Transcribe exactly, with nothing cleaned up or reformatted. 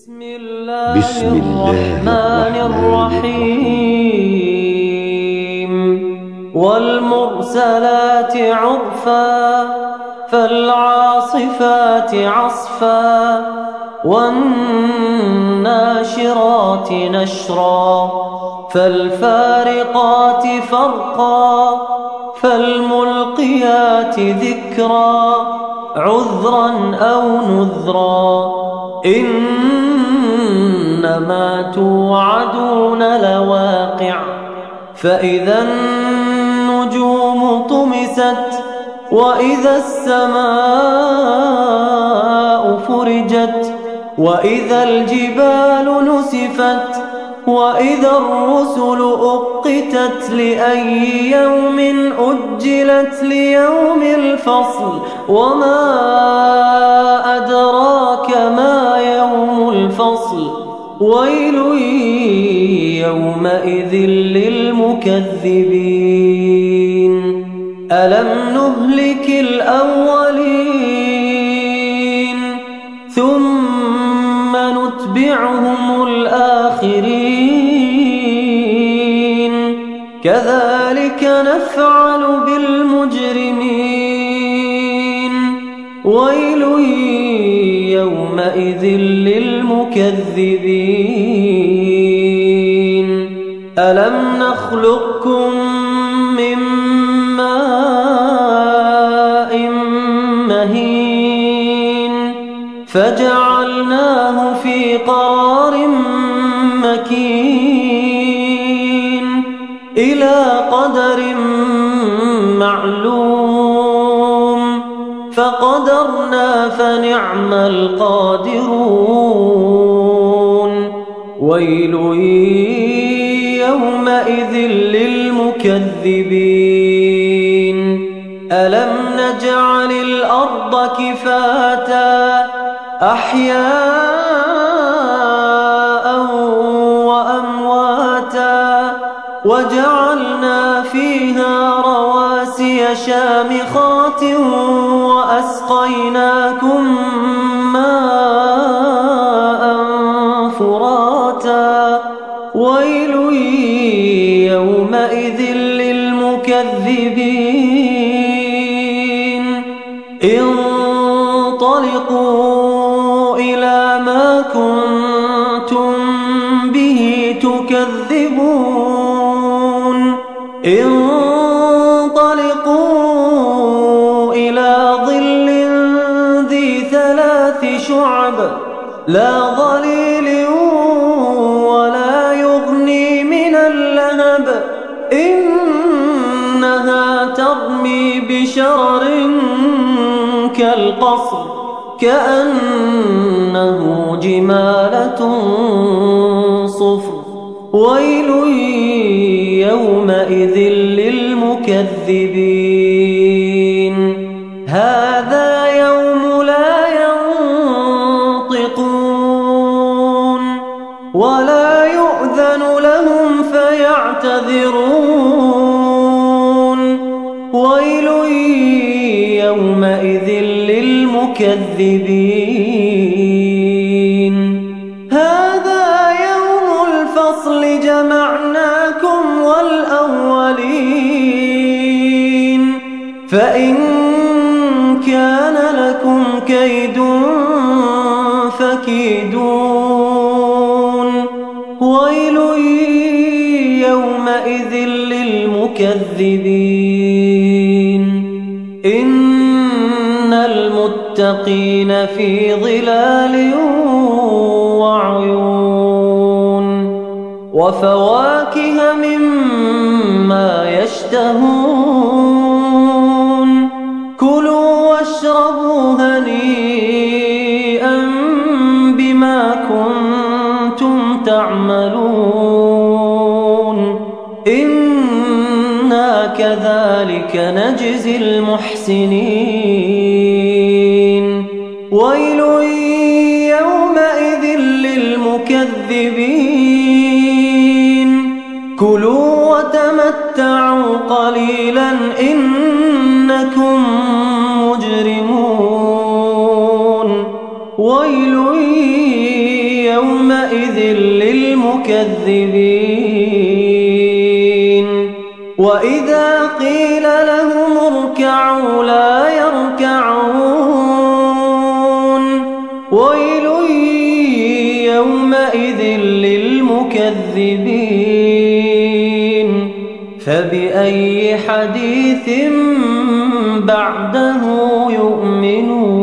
بسم الله الرحمن الرحيم والمرسلات عرفا فالعاصفات عصفا والناشرات نشرا فالفارقات فرقا فالملقيات ذكرا عذرا أو نذرا إنما توعدون لواقع فإذا النجوم طمست وإذا السماء فرجت وإذا الجبال نسفت وإذا الرسل أقتت لأي يوم أجلت ليوم الفصل وما أدراك ما يوم الفصل ويل يومئذ للمكذبين ألم نهلك الأولين ثم نتبعهم الآخرين كذلك نفعل بالمجرمين ويل يومئذ للمكذبين ألم نخلقكم من ماء مهين فجعلناه في قرار مكين إلى قدر معلوم فقدرنا فنعم القادرون ويل يومئذ للمكذبين ألم نجعل الأرض كفاتا أحياء وأمواتا وجعلنا فيها رواسي شامخات وأسقيناكم ماء فراتا ويل يومئذ للمكذبين انطلقوا إلى ما كنتم به تكذبون انطلقوا إلى ظل ذي ثلاث شعب لا ظليل ولا يغني من اللهب إنها ترمي بشرر كالقصر كأنه جمالة صفر ويل يومئذ للمكذبين هذا يوم لا ينطقون ولا يؤذن لهم فيعتذرون ويل يومئذ للمكذبين هذا يوم الفصل جمعناكم والأولين فإن كان لكم كيد فكيدون ويل يومئذ للمكذبين إن المتقين في ظلال وعيون وفواكه مما يشتهون كلوا واشربوا هنيئا بما كنتم تعملون إنا كذلك نجزي المحسنين ويل يومئذ للمكذبين كلوا وتمتعوا قليلا إنكم مجرمون ويل يومئذ للمكذبين وإذا قيل لهم اركعوا لا يركعون ويل يومئذ للمكذبين فبأي حديث بعده يؤمنون